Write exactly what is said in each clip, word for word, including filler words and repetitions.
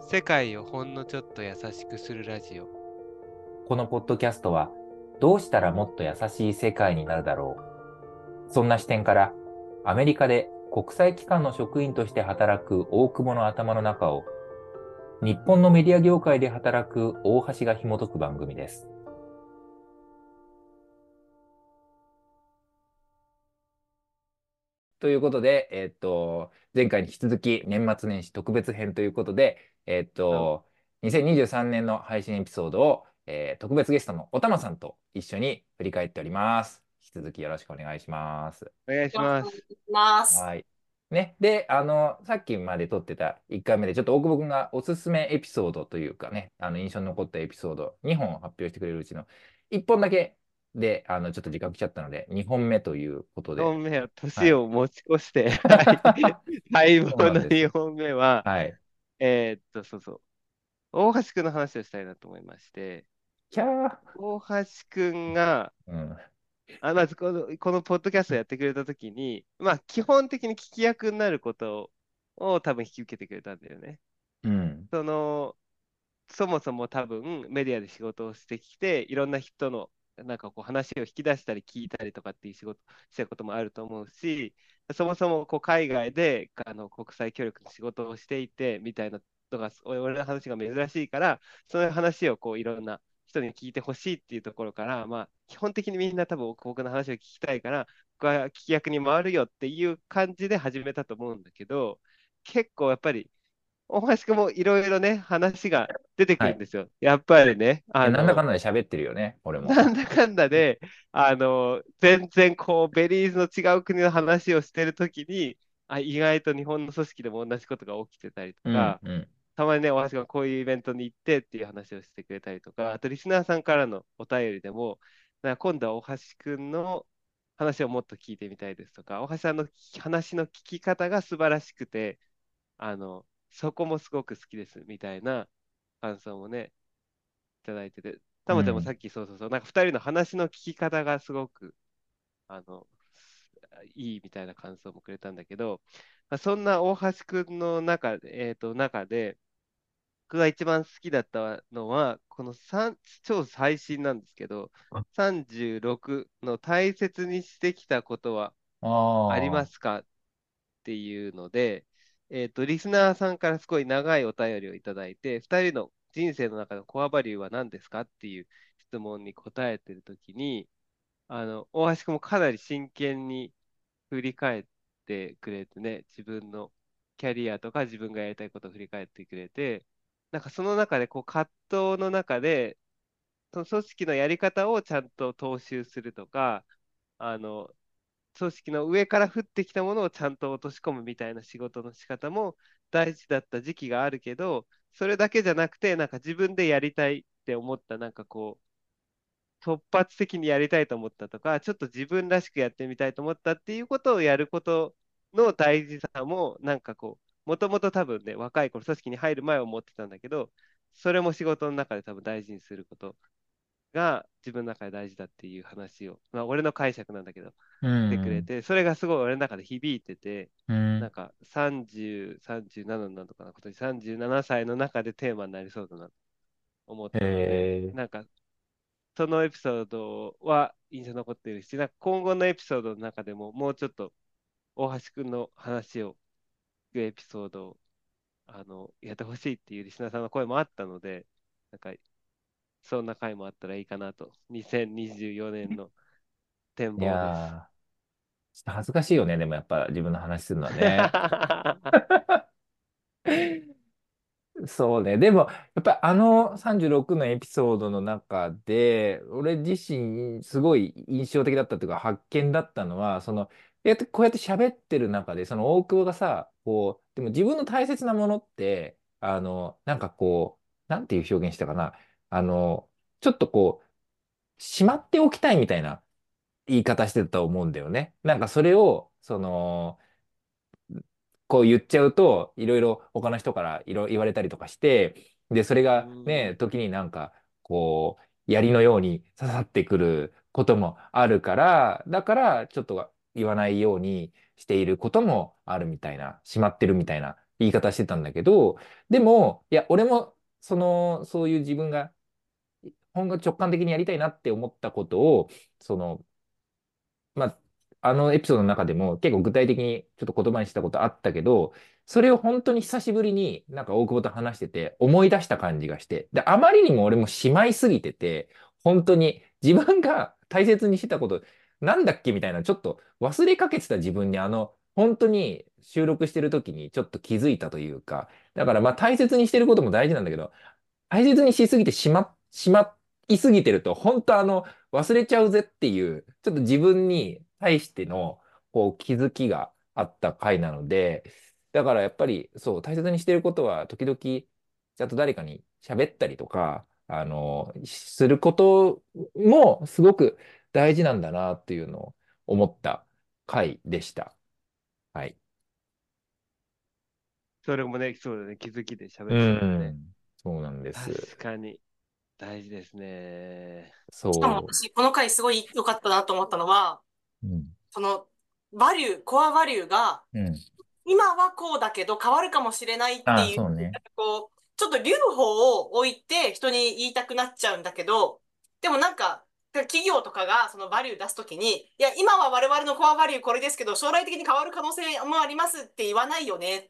世界をほんのちょっと優しくするラジオ。 このポッドキャストは、どうしたらもっと優しい世界になるだろう。そんな視点から、アメリカで国際機関の職員として働く大久保の頭の中を、日本のメディア業界で働く大橋が紐解く番組です。ということで、えっと、前回に引き続き年末年始特別編ということで、えっうん。 と、にせんにじゅうさんねんの配信エピソードを、えー特別ゲストのおたまさんと一緒に振り返っております。引き続きよろしくお願いします。 お願いしよろしくます。 お願いします。 はい。ね。で、あの、さっきまで撮ってたいっかいめで、ちょっと大久保君がおすすめエピソードというかね、あの、印象に残ったエピソードにほん発表してくれるうちのいっぽんだけで、あの、ちょっと時間来ちゃったので、にほんめということで、 にほんめははい。 年を持ち越して、はい。待そう望の2 なんですよ。 本目は、 はい。 えーっと、そうそう、大橋くんの話をしたいなと思いまして、 キャー。 大橋くんが、 うん。 あ、まずこの、このポッドキャストをやってくれたときに、まあ、基本的に聞き役になることを多分引き受けてくれたんだよね。 うん。 その、そもそも多分メディアで仕事をしてきて、いろんな人のなんかこう話を引き出したり聞いたりとかっていう仕事したこともあると思うし、そもそもこう海外であの国際協力の仕事をしていてみたいなのが、俺の話が珍しいから、そういう話をこういろんな人に聞いてほしいっていうところから、まあ、基本的にみんな多分僕の話を聞きたいから、僕は聞き役に回るよっていう感じで始めたと思うんだけど、結構やっぱり大橋君もいろいろね、話が出てくはい。 るんですよ。やっぱりね、 いや、なんだかあの、 んだで喋ってるよね、俺も。 なんだかんだで、あの、全然こう、ベリーズの違う国の話をしてるときに、あ、意外と日本の組織でも同じことが起きてたりとうん、 か、 うん。 たまにね、大橋がこういうイベントに行ってっていう話をしてくれたりとか、あとリスナーさんからのお便りでも、なんか今度は大橋くんの話をもっと聞いてみたいですとか、大橋さんの話の聞き方が素晴らしくて、あの、そこもすごく好きですみたいな感想もね、いただいてて、たまちゃんもさうん。 っきそうそうそう、なんかふたりの話の聞き方がすごく、あの、いいみたいな感想もくれたんだけど、まあ、そんな大橋くんの中で、えっと、中で、僕が一番好きだったのは、このさん超最新なんですけど、さんじゅうろくの大切にしてきたことはありまああ。 すかっていうので、えっと、リスナーさんからすごい長いお便りをいただいて、ふたりの人生の中のコアバリューは何ですかっていう質問に答えてるときに、あの、大橋君もかなり真剣に振り返ってくれてね、自分のキャリアとか自分がやりたいことを振り返ってくれて、なんかその中でこう葛藤の中で、その組織のやり方をちゃんと踏襲するとか、あの、組織の上から降ってきたものをちゃんと落とし込むみたいな仕事の仕方も大事だった時期があるけど、それだけじゃなくて、なんか自分でやりたいって思った、なんかこう、突発的にやりたいと思ったとか、ちょっと自分らしくやってみたいと思ったっていうことをやることの大事さも、なんかこう、もともと多分ね、若い頃、組織に入る前は思ってたんだけど、それも仕事の中で多分大事にすることが自分の中で大事だっていう話を、まあ、俺の解釈なんだけど、 うしてくれん。 て、それがすごい俺の中で響いてて、 うん。 なんかさんじゅう、さんじゅうなななのかな、今年さんじゅうななさいの中でテーマになりそうだなと思っへたので、 え。 なんかそのエピソードは印象に残っているし、なんか今後のエピソードの中でももうちょっと大橋くんの話を聞くエピソードをあのやってほしいっていうリスナーさんの声もあったので、なんかそんな回もあったらいいかなと、にせんにじゅうよねんの展い望です。 やー、ちょっと恥ずかしいよね、でもやっぱ自分の話するのはね。そうね。でも、やっぱりあのさんじゅうろくのエピソードの中で、俺自身すごい印象的だったというか発見だったのは、その、やってこうやって喋ってる中で、その大久保がさ、こう、でも自分の大切なものって、あの、なんかこう、なんていう表現したかな。あの、ちょっとこう、しまっておきたいみたいな言い方してたと思うんだよね。なんかそれを、その、こう言っちゃうと、いろいろ他の人からいろいろ言われたりとかして、で、それうがね、 ん。 時になんか、こう、槍のように刺さってくることもあるから、だからちょっと言わないようにしていることもあるみたいな、しまってるみたいな言い方してたんだけど、でも、いや、俺も、その、そういう自分が、本が直感的にやりたいなって思ったことを、その、まあ、あのエピソードの中でも結構具体的にちょっと言葉にしたことあったけど、それを本当に久しぶりになんか大久保と話してて思い出した感じがして、で、あまりにも俺もしまいすぎてて、本当に自分が大切にしてたこと、なんだっけみたいな、ちょっと忘れかけてた自分にあの、本当に収録してる時にちょっと気づいたというか、だからまあ大切にしてることも大事なんだけど、大切にしすぎてしま、しまいすぎてると、本当あの、忘れちゃうぜっていう、ちょっと自分に対しての、こう、気づきがあった回なので、だからやっぱり、そう、大切にしてることは、時々、ちゃんと誰かに喋ったりとか、あの、することも、すごく大事なんだなっていうのを思った回でした。はい。 それもね、そうだね、気づきで喋うってたもんね。 ん。そうなんで確す。 かに大事ですね。 しかもそ私、この回すごい良かったなと思ったのは、 う。うん。 その、バリュー、コアバリューが、 うん。 今はこうだけど変わるかもしれないっああ、 ていう、 そうね。 こう、ちょっと留保を置いて人に言いたくなっちゃうんだけど、でもなんか、企業とかがそのバリュー出すときに、いや、今は我々のコアバリューこれですけど、将来的に変わる可能性もありますって言わないよねって、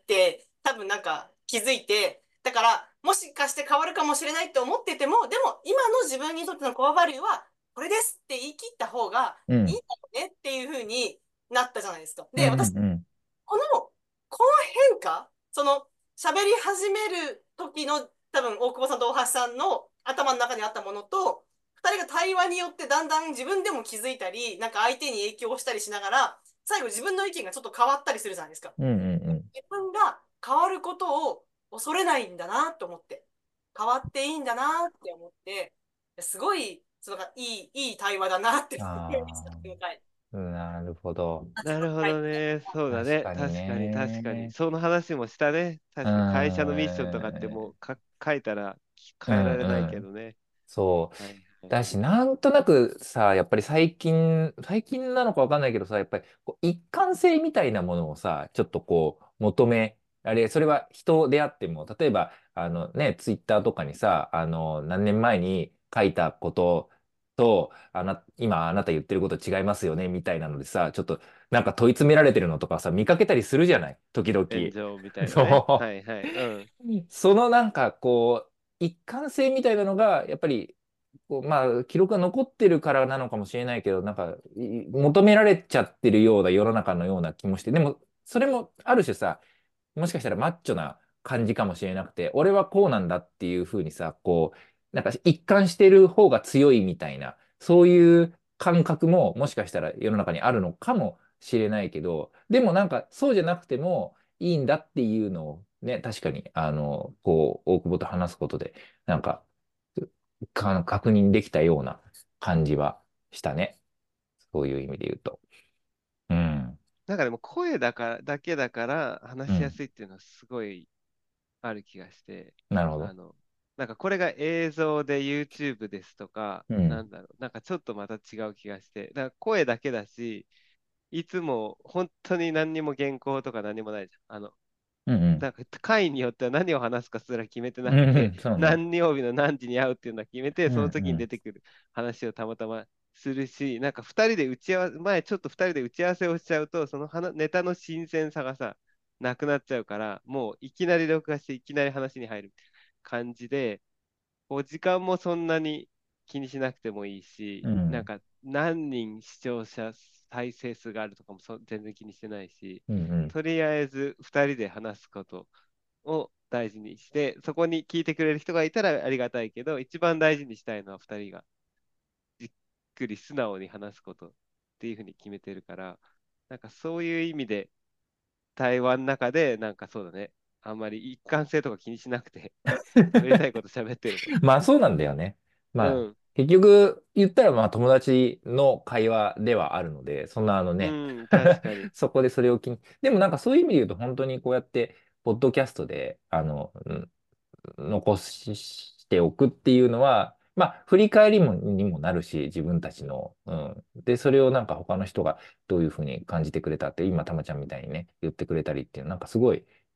多分なんか気づいて、だから、もしかして変わるかもしれないって思ってても、でも今の自分にとってのコアバリューはこれですって言い切った方がうん。 いいんだよねっていうふうになったじゃないですか。 うんで、私、 うんうん。 この、この変化、その、喋り始める時の、多分、大久保さんと大橋さんの頭の中にあったものと、二人が対話によってだんだん自分でも気づいたり、なんか相手に影響したりしながら、最後自分の意見がちょっと変わったりするじゃないですか。 うんうん自分が変わることを恐れないんだなと思って、変わっていいんだなって思って、すごい、そのいい、いい対話だなってうん。 思いました、 あ今回。 あ、なるほど。 なるほはい。 どね。そうだね。 確かに確かに、確かに。 ね。 その話もしたね。 うー確かに会社のミッションとかってもん。 うか書いたらうん変えられないうん。 けどね。 そう。 はいはいだし、なんとなくさ、やっぱり最近、最近なのかわかんないけどさ、やっぱりこう一貫性みたいなものをさ、ちょっとこう、求めあれ、それは人であっても、例えば、あのね、ツイッターとかにさ、あの、何年前に書いたことと、あな、今あなた言ってること違いますよね、みたいなのでさ、ちょっとなんか問い詰められてるのとかさ、見かけたりするじゃない、時々。 炎上みたいなね。はそいはい。うん。 う。そのなんかこう、一貫性みたいなのが、やっぱり、こうまあ、記録が残ってるからなのかもしれないけど、なんか、い求められちゃってるような世の中のような気もして、でも、それもある種さ、もしかしたらマッチョな感じかもしれなくて、俺はこうなんだっていうふうにさ、こう、なんか一貫してる方が強いみたいな、そういう感覚ももしかしたら世の中にあるのかもしれないけど、でもなんかそうじゃなくてもいいんだっていうのをね、確かに、あの、こう、大久保と話すことで、なんか、か確認できたような感じはしたね。そういう意味で言うと。うん。 なんかでも声だから、だけだから話しやうん。 すいっていうのはすごいある気がして、 なるほど。 あの、なんかこれが映像で YouTube ですとか、 うん。 なんだろう、なんかちょっとまた違う気がして、だから声だけだし、いつも本当に何にも原稿とか何もないじゃん。あの、 うんうん。 なんか会によっては何を話すかすら決めてなうんうくて、 ん、そうね。 何曜日の何時に会うっていうのは決めて、 うんその時にう出てくる話をたまたまするし、なんかふたりで打ち合わせ、前ちょっとふたりで打ち合わせをしちゃうと、その話ネタの新鮮さがさ、なくなっちゃうから、もういきなり録画していきなり話に入る感じで、こう時間もそんなに気にしなくてもいいし、 ん。うん。 なんか何人視聴者再生数があるとかもそ全然気にしてないし、 うんうん。 とりあえずふたりで話すことを大事にして、そこに聞いてくれる人がいたらありがたいけど、一番大事にしたいのはふたりがじっくり素直に話すことっていうふうに決めてるから、なんかそういう意味で対話の中で、なんかそうだね、あんまり一貫性とか気にしなくて、喋りたいこと喋ってるもん。 まあそうなんだよね。まあうん、 結局言ったらまあ友達の会話ではあるので、そんなあのね、 うん、確かに。 そこでそれを気に、でもなんかそういう意味で言うと本当にこうやって、ポッドキャストで、あの、うん残しておくっていうのは、まあ振り返りもにもなるし、自分たちの、うん。で、それをなんか他の人がどういうふうに感じてくれたって、今たまちゃんみたいにね、言ってくれたりっていう、なんかすごい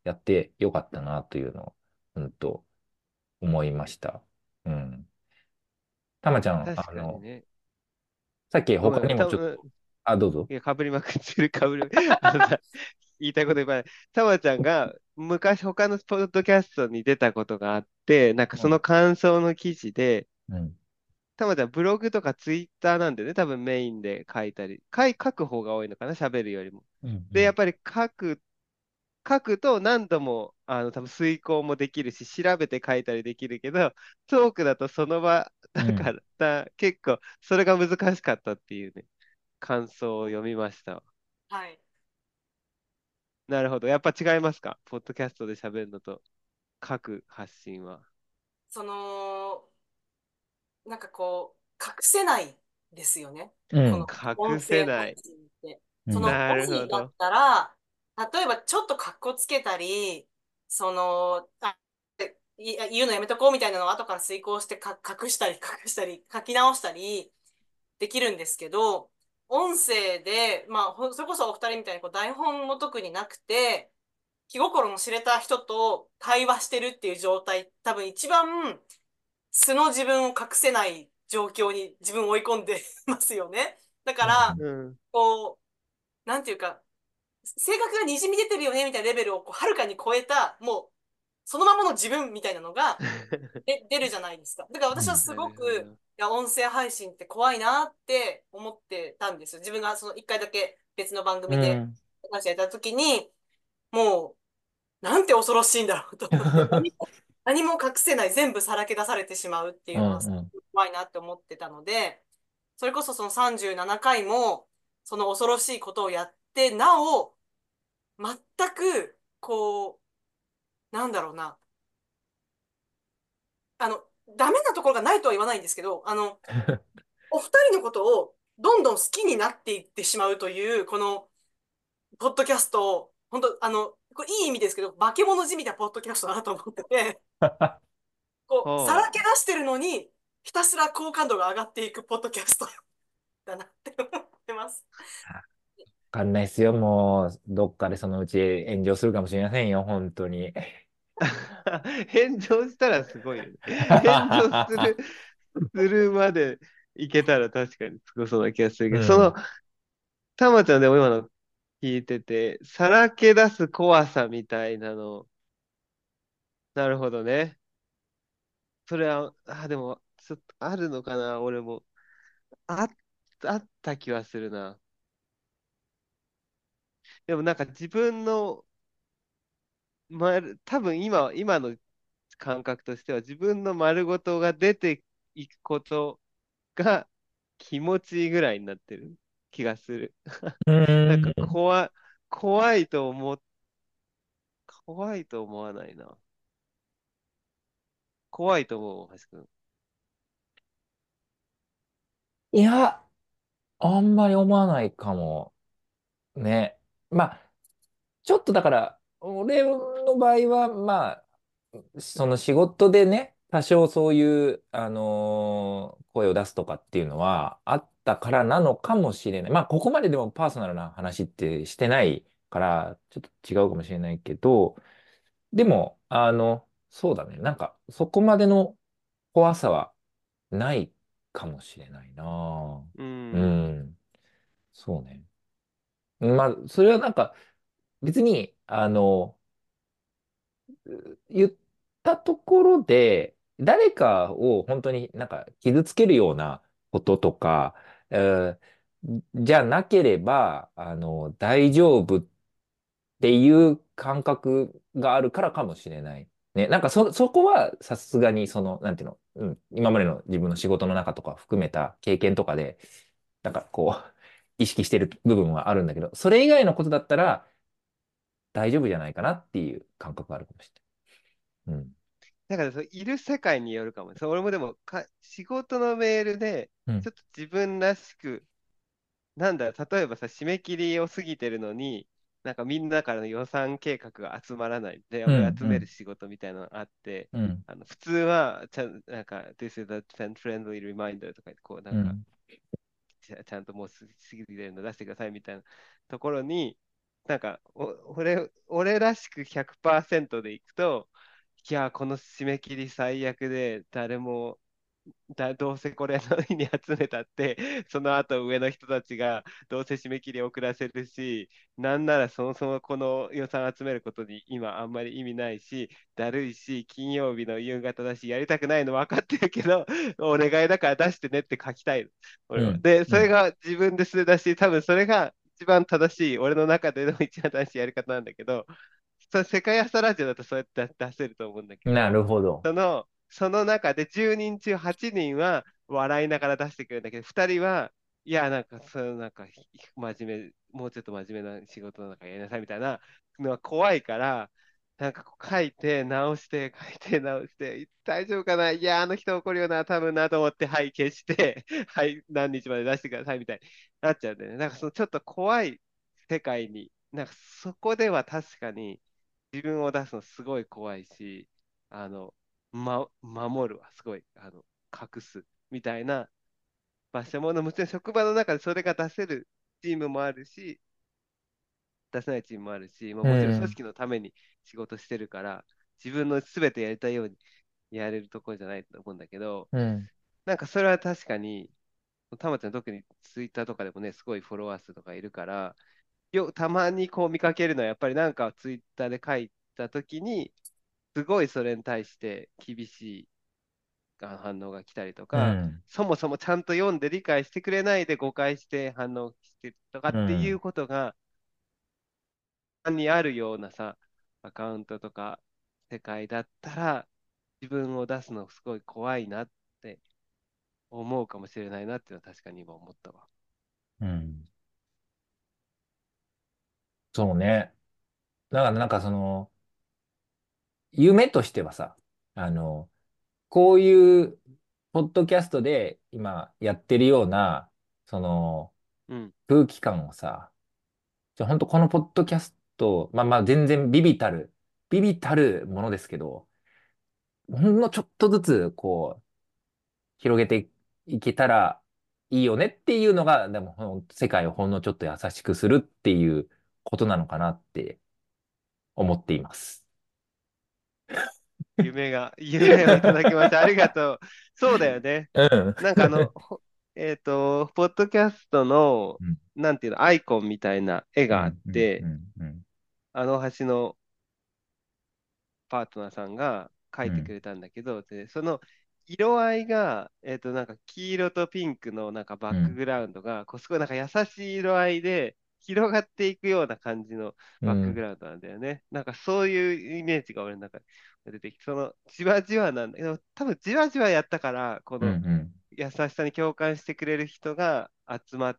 やってよかったなというのを、うんと思いました。うん。たまちゃん、 確あの、 かにね。 さっきごめん、 他にもちょっと、 たぶん、 あ、どうぞ。 いや、かぶりまくってる、かぶる。あのさ、言いたいこといっぱいある。たまちゃんが昔他のポッドキャストに出たことがあって、なんかそのうん。 感想の記事で、 うん。 たまちゃんブログとかツイッターなんでね、多分メインで書いたり、書い、書く方が多いのかな、喋るよりも。 うん。うで、やっん。 ぱり書く、書くと何度も、あの、多分遂行もできるし、調べて書いたりできるけど、トークだとその場だかうんら、結構、それが難しかったっていうね、感想を読みました。 はい。 なるほど。やっぱ違いますか？ポッドキャストで喋るのと書く発信は。 その、なんかこう、隠せないですよね。このうん。 音隠せ声配ない。 信って。そのうん。 なるほ文字だっど。 たら、例えばちょっと格好つけたり、その、あ、い言うのやめとこうみたいなのを後から遂行してか隠したり隠したり書き直したりできるんですけど、音声で、まあ、ほそれこそお二人みたいにこう台本も特になくて、気心の知れた人と対話してるっていう状態、多分一番素の自分を隠せない状況に自分を追い込んでますよね。だから、 うん。 こう、なんていうか、性格がにじみ出てるよねみたいなレベルをこうはるかに超えた、もう、そのままの自分みたいなのがで出るじゃないですか。だからうん。 私はすなごく、 るほど。 いや、音声配信って怖いなって思ってたんですよ。自分がその一回だけ別の番組でうん。 話やった時に、もう、なんて恐ろしいんだろうと思って、何も、何も隠せない、全部さらけ出されてしまうっていうのはすうん。 ごく怖いなって思ってたので、それこそそのさんじゅうななかいも、その恐ろしいことをやって、なお、全く、こう、なんだろうな、あの、ダメなところがないとは言わないんですけど、あの、お二人のことをどんどん好きになっていってしまうという、この、ポッドキャストを、本当あの、これいい意味ですけど、化け物じみたポッドキャストだなと思ってて、こう、さらはけ出してるのに、ひたすら好感度が上がっていくポッドキャストだなって思ってます。 わかんないですよ。もう、どっかでそのうち炎上するかもしれませんよ、本当に。 あ。返上したらすごいよね。返上する、するまでいけたら確かにすごそうな気がするけど、その、 うん。 たまちゃんでも今の聞いてて、さらけ出す怖さみたいなの、なるほどね。それは、あ、でも、ちょっとあるのかな、俺も。あ、あった気はするな。でもなんか自分の、まる、多分今、今の感覚としては、自分の丸ごとが出ていくことが気持ちいいぐらいになってる気がする。 うなんかん。 怖い、怖いと思っ、怖いと思わないな。怖いと思う、橋君。 いや、あんまり思わないかも。ね。まあ、ちょっとだから、俺の場合は、まあ、その仕事でね、多少そういう、あのー声を出すとかっていうのはあったからなのかもしれない。まあ、ここまででもパーソナルな話ってしてないから、ちょっと違うかもしれないけど、でも、あの、そうだね。なんか、そこまでの怖さはないかもしれないな。 ううん。 ん。そうね。まあ、それはなんか、別に、あの、言ったところで、誰かを本当になんか傷つけるようなこととか、えーじゃなければ、あの、大丈夫っていう感覚があるからかもしれない。ね、なんかそ、そこはさすがに、その、なんていうの、うん、今までの自分の仕事の中とか含めた経験とかで、なんかこう、意識してる部分はあるんだけど、それ以外のことだったら大丈夫じゃないかなっていう感覚があるかもしれない。うん。 だからそう、いる世界によるかも。そう、俺もでもか、仕事のメールで、 うん。 ちょっと自分らしく、なんだ、例えばさ、締め切りを過ぎてるのに、なんかみんなからの予算計画が集まらない。で、 うん、 俺集うん、 める仕事みたいなのがあって、 うん、 あの普通はちゃん、なんか、This is a friendly reminder とか言って、こう、なんか、 うん、 ちゃ、ちゃんともう過ぎてるの出してくださいみたいなところに、 なんか、お俺、俺らしくひゃくパーセントでいくと、いや、この締め切り最悪で、誰も、だ、どうせこれの日に集めたって、その後上の人たちがどうせ締め切り遅らせるし、なんならそもそもこの予算集めることに今あんまり意味ないし、だるいし、金曜日の夕方だし、やりたくないの分かってるけど、お願いだから出してねって書きたいの、俺は。 うん。 で、それうん。 が自分で素で出し、多分それが一番正しい、俺の中での一番正しいやり方なんだけど、そ世界朝ラジオだとそうやって出せると思うんだけなど、 るほど。 その、その中でじゅうにん中はちにんは笑いながら出してくれるんだけど、ふたりは、いや、なんか、そのなんか、ひ真面目、もうちょっと真面目な仕事の中やりなさいみたいなのは怖いから、なんかこう書いて、直して、書いて、直して、大丈夫かな、いや、あの人怒るよな、多分なと思って、はい、消して、はい、何日まで出してくださいみたいになっちゃうんだよね。なんかそのちょっと怖い世界に、なんかそこでは確かに自分を出すのすごい怖いし、あの、ま、守るはすごい、あの、隠すみたいな場所もの、もちろん職場の中でそれが出せるチームもあるし、出せないチームもあるし、まあ、 うもちろん組ん。 織のために仕事してるから、自分の全てやりたいようにやれるところじゃないと思うんだけど、 うん。 なんかそれは確かに、たまちゃん特にツイッターとかでもね、すごいフォロワー数とかいるから、よ、たまにこう見かけるのは、やっぱりなんかツイッターで書いたときに、すごいそれに対して厳しいあ反応が来たりとか、 うん。 そもそもちゃんと読んで理解してくれないで誤解して反応してるとかっていううん。 ことが、にあるようなさ、アカウントとか世界だったら、自分を出すのすごい怖いなって思うかもしれないなっていうのは確かに今思ったわ。 うん。そうね。だからなんかその、夢としてはさ、あの、こういうポッドキャストで今やってるような、そのうん、 空気感をさ、じゃあ本当このポッドキャスト、まあまあ全然ビビたる、ビビたるものですけど、ほんのちょっとずつこう広げていけたらいいよねっていうのが、でもほん世界をほんのちょっと優しくするっていうことなのかなって思っています。 夢が、夢をいただきました。ありがとう。そうだよね。 うん。 なんかあの、ほえっと、ポッドキャストの、 うん。 なんていうの、アイコンみたいな絵があっうん。うん。うて、 ん。うん。 あの橋のパートナーさんが描うん。 いてくれたんだけど、で、その色合いが、えっと、なんか黄色とピンクのなんかバックうん。 グラウンドが、こうすごいなんか優しい色合いで、広がっていくような感じのバックグうん。 ラウンドなんだよね。なんかそういうイメージが俺の中で出てきて、そのじわじわなんだけど、多分じわじわやったから、このうん優しさに共感してくれる人が集まって、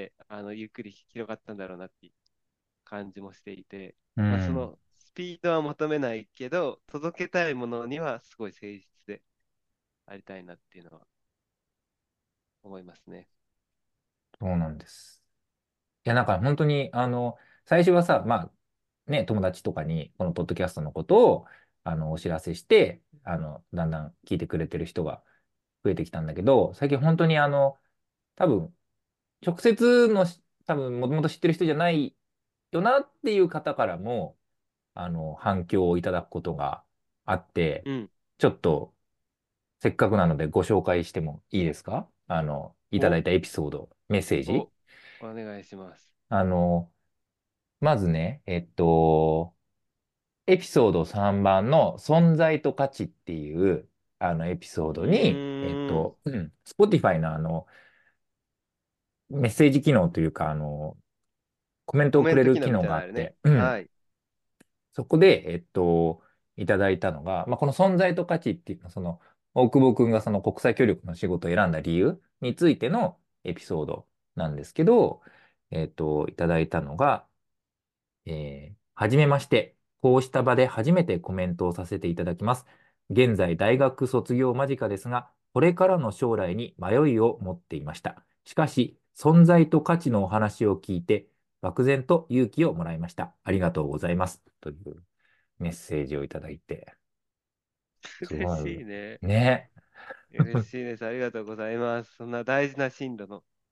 あのゆっくり広がったんだろうなっていう感じもしていて、 うん。 まあ、そうん。 のスピードは求めないけど、届けたいものにはすごい誠実でありたいなっていうのは思いますね。 そうなんです。いや、なんか本当に、あの、最初はさ、まあ、ね、友達とかにこのポッドキャストのことを、あの、お知らせして、あの、だんだん聞いてくれてる人が増えてきたんだけど、最近本当にあの、多分、直接のし、多分、もともと知ってる人じゃないよなっていう方からも、あの、反響をいただくことがあって、 うん。 ちょっと、せっかくなのでご紹介してもいいですか？あの、いただお、 いたエピソード、メッセージ。 お、お願いします。 あの、まずね、えっと、エピソードさんばんの存在と価値っていう、あの、エピソーうドに、えっーん。 と、うん、Spotify のあの、メッセージ機能というか、あの、コメントコをくメント機能みれる機能たいなのあるね。 があって、うん、 はい。 そこで、えっと、いただいたのが、まあ、この存在と価値っていうのは、その、大久保くんがその国際協力の仕事を選んだ理由についてのエピソードなんですけど、えっと、いただいたのが、えーはじめまして。こうした場で初めてコメントをさせていただきます。現在、大学卒業間近ですが、これからの将来に迷いを持っていました。しかし、存在と価値のお話を聞いて、漠然と勇気をもらいました。ありがとうございます。というメッセージをいただいて、す嬉ごい。 しいね。 ね。 嬉しいです。ありがとうございます。そんな大事な進路の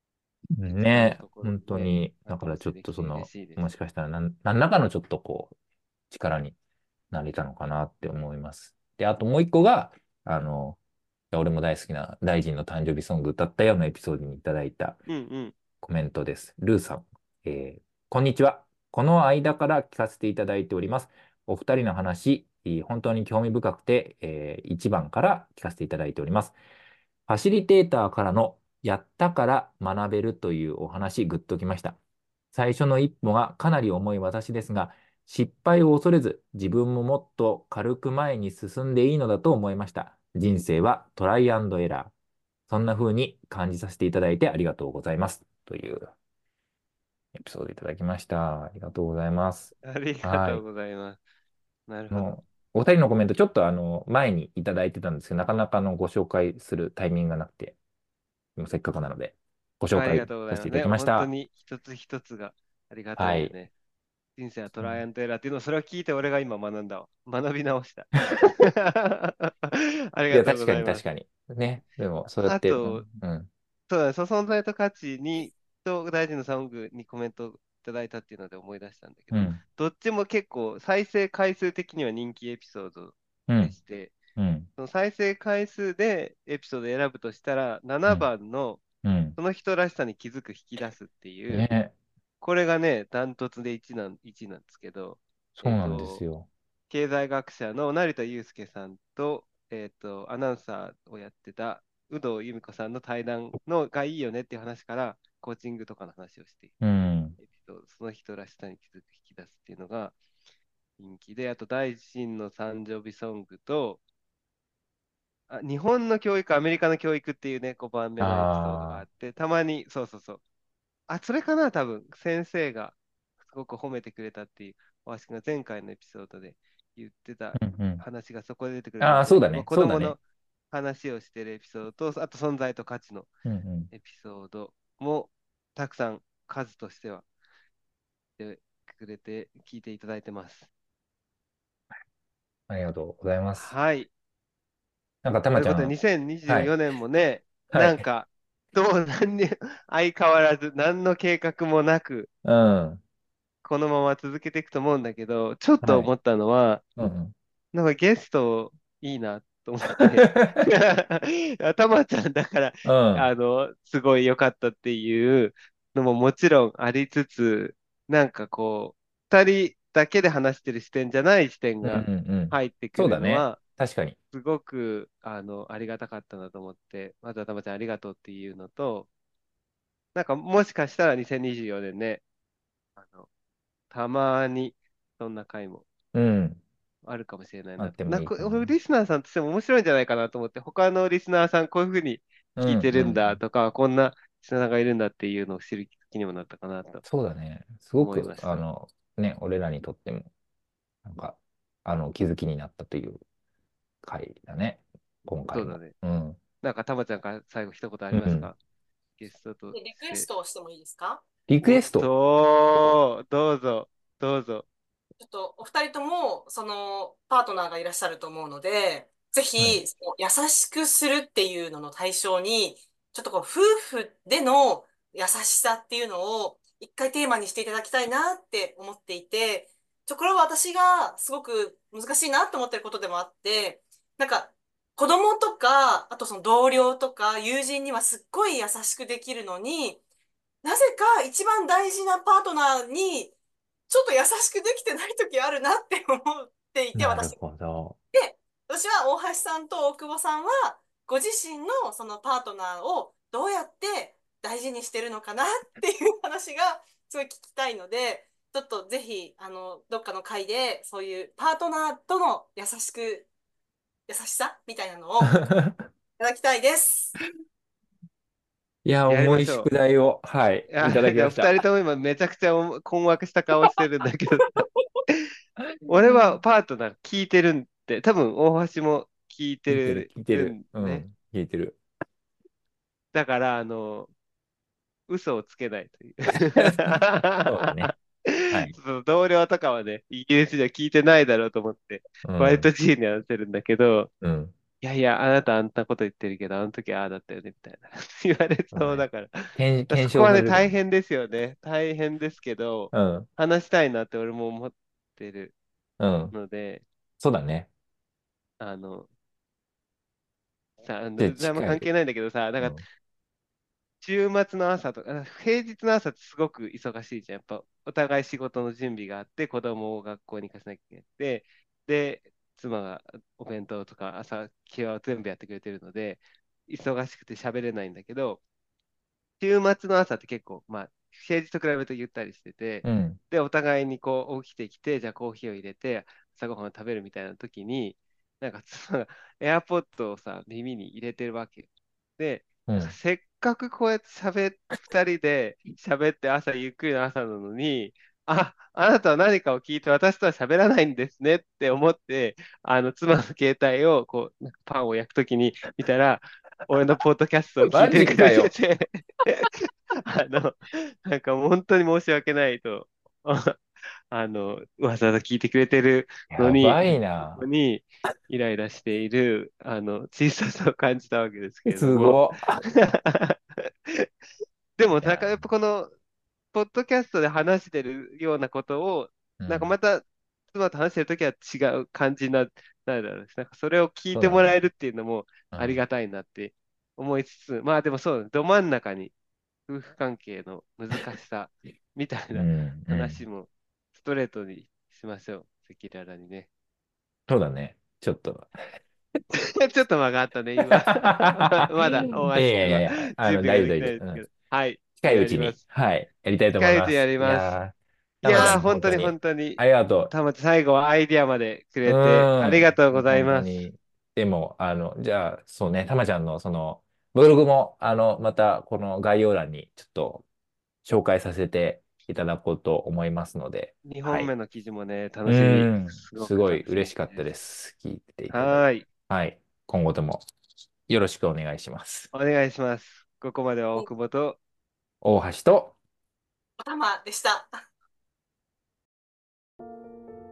一番のね、 ところ本にね、 当に、だからちょっ後押しできとその、 て嬉しいです。 もしかしたらなん、何らかのちょっとこう、力になれたのかなって思います。で、あともう一個が、あの、俺も大好きな大臣の誕生日ソング歌ったようなエピソードにいただいたうんうん。 コメントです。ルーさん。えーこんにちは。この間から聞かせていただいております。お二人の話、えー本当に興味深くて、えー、一番から聞かせていただいております。ファシリテーターからのやったから学べるというお話、グッときました。最初の一歩がかなり重い私ですが、失敗を恐れず、自分ももっと軽く前に進んでいいのだと思いました。人生はトライアンドエラー。そんな風に感じさせていただいてありがとうございます。というエピソードいただきました。ありがとうございます。 ありがはい。 とうございます。なるほど。 あの、お二人のコメント、ちょっとあの、前にいただいてたんですけど、なかなかのご紹介するタイミングがなくて、もうせっかくなので、ご紹ありが介とうございます。 させていただね、 きました。 本当に一つ一つがありがたいはい。 よね。人生はトライアンドエラーっていうのを、それを聞いて俺が今学んだわ。学び直した。ありいや、 がとう確かございます。 に確かに。ね。でも、そうやって、うあと、 ん。うん。 そうだね、その存在と価値に、と大臣のサウングにコメントいただいたっていうので思い出したんだけど、 うんどっちも結構再生回数的には人気エピソードうん。 でして、 うん。 その再生回数でエピソードを選ぶとしたら、7 うん。 番のうん。 その人らしさに気づく引き出すっていう、 ね。 これがね、ダントツでいちなん、いちなんですけど、えっそうなんですと、 よ。 経済学者の成田悠輔さんと、えっと、アナウンサーをやってた有働由美子さんの対談のがいいよねっていう話から、コーチングとかの話をしていうん。 るエピソード、その人らしさに気づく引き出すっていうのが人気で、あと大臣の誕生日ソングと、あ、日本の教育、アメリカの教育っていうね、ごばんめのエピソードがああって、たまに、そうそうそう。あ、それかな、多分、先生がすごく褒めてくれたっていう、大橋君が前回のエピソードで言ってたあ。うんうん。 話がそこで出てくるかああ、 もしれないけど、まあ、 そうだね。そうだね。 子供の話をしてるエピソードと、あと存在と価値のうんうん。 エピソードもたくさん数としては言ってくれて、聞いていただいてます。 ありがとうございます。 はい。 なんか、たということで、 まちゃん、は 2024 い。 年もね、 はい。 なんか、どう、何に、相変わらず、何の計画もなく、 うん。 このまま続けていくと思うんだけど、ちょっとはい。 思ったのは、 うんうん。 なんかゲストいいなと思って、たまちゃんだから、 うん。 あの、すごい良かったっていうのももちろんありつつ、なんかこう、二人だけで話してる視点じゃない視点うんがうんうん。 入ってくそうだね。 るのは、 確かに。 すごく、あの、ありがたかったなと思って、まずはたまちゃんありがとうっていうのと、なんかもしかしたらにせんにじゅうよねんね、あの、たまにそんな回もうん。 あるかもしれないなと。 あってもなんか、 いいかな。 俺リスナーさんとしても面白いんじゃないかなと思って、他のリスナーさんこういうふうにうんう聞いてるんんうん。 だとか、こんなリスナーさんがいるんだっていうのを知る気にもなったかなとそうだね。すごく、 思いました。 あの、ね、俺らにとっても、なんか、あの、気づきになったという回だね。今回も。 そうだね。 うん。 なんか、たまちゃんから最後一言あうん。 りますか？ゲストとでリクエスして。 トをしてもいいですか？ リクおっエスト。 と、どうぞ、どうぞ。 ちょっとお二人とも、その、パートナーがいらっしゃると思うので、ぜはい。 ひ、その優しくするっていうのの対象に、ちょっとこう、夫婦での優しさっていうのを、一回テーマにしていただきたいなって思っていて、ちょ、これは私がすごく難しいなと思ってることでもあって、なんか、子供とか、あとその同僚とか友人にはすっごい優しくできるのに、なぜか一番大事なパートナーにちょっと優しくできてない時あるなって思っていて、 なる私。 ほど。 で、私は大橋さんと大久保さんは、ご自身のそのパートナーをどうやって大事にしてるのかなっていう話がすごい聞きたいので、ちょっとぜひ、あの、どっかの回で、そういうパートナーとの優しく、優しさみたいなのをいただきたいです。 いや、 やり重いましょ宿題を、はい、 う。いや、 いたなんかだきました。 二人とも今めちゃくちゃお困惑した顔してるんだけど、俺はパートナー聞いてるんって、多分大橋も聞いて聞いてる、 る聞いてる。 んね。 うん、聞いてる。 だから、あの、嘘をつけないという。 そうだね。はい。 その同僚とかはね、イギリスでは聞いてないだろうと思って、 うん、 割と G に合わせるんだけど、 うん。 いやいや、あなたあんなこと言ってるけど、あの時ああだったよね、みたいな言われそうね。 そうだから。だか検、検らそこはね、 証されるからね。 大変ですよね。大変ですけど、 うん。 話したいなって俺も思ってるうん。 ので、 そうだね。 あの、さ、あじゃあの、あんま近い。 関係ないんだけどさ、なんかうん。 週末の朝とか、平日の朝ってすごく忙しいじゃん。やっぱ、お互い仕事の準備があって、子供を学校に行かせなきゃいけなくて、で、妻がお弁当とか朝、ケアを全部やってくれてるので、忙しくて喋れないんだけど、週末の朝って結構、まあ、平日と比べるとゆったりしてて、 うん。 で、お互いにこう起きてきて、じゃあコーヒーを入れて、朝ごはんを食べるみたいな時に、なんか妻が AirPod をさ、耳に入れてるわけ。で、 うん。 なんかせっかくこうやって喋っ、二人で喋って朝ゆっくりの朝なのに、あ、あなたは何かを聞いて私とは喋らないんですねって思って、あの妻の携帯をこう、なんかパンを焼くときに見たら、俺のポッドキャストを聞いマてくれジかよ。 ててあの、なんか本当に申し訳ないと、ああの、わざわざ聞いてくれてるのに、 やばいここな。 にイライラしている、あの、小ささを感じたわけですけれども。 すごっ。 でも、 いや、 なんかやっぱこの、ポッドキャストで話してるようなことを、 うん。 なんかまた、妻と話してるときは違う感じにななるだろうし、なんかそれを聞いそうだね。 てもらえるっていうのもうん。 ありがたいなって思いつつ、まあでもそう、ど真ん中に夫婦関係の難しさみたいなうん。うん。 話もストレートにしましょう。赤裸々にね。 そうだね。ちょっと。 ちょっと間があったね、今。ままだ大いやい橋君はやいや、あの、 準備ができ大丈夫、大丈夫。うん。 ないですけど。はい。 近いうちに、 やります。 はい、やりたいと思近いうちにやいます。いります。 やー、たまちゃん、 いやー、 ます。 本当に本当に、 本当に、 ありがとたまちゃん、最後はアイディアまでくう。うれて、ありがーん、 とうございます。 本当に。でも、あの、じゃあ、そうね、たまちゃんの、その、ブログも、あの、また、この概要欄に、ちょっと、紹介させていただこうと思いますので、 2 はい。 本目の記事もね、 う楽しみ。 ーん、 すごすごいく楽しみ嬉しかったです。 です。聞いていただいて。 はーい。 はい。今後ともよろしくお願いします。 お願いします。ここまでは大久保と、 大橋と、 おたまでした。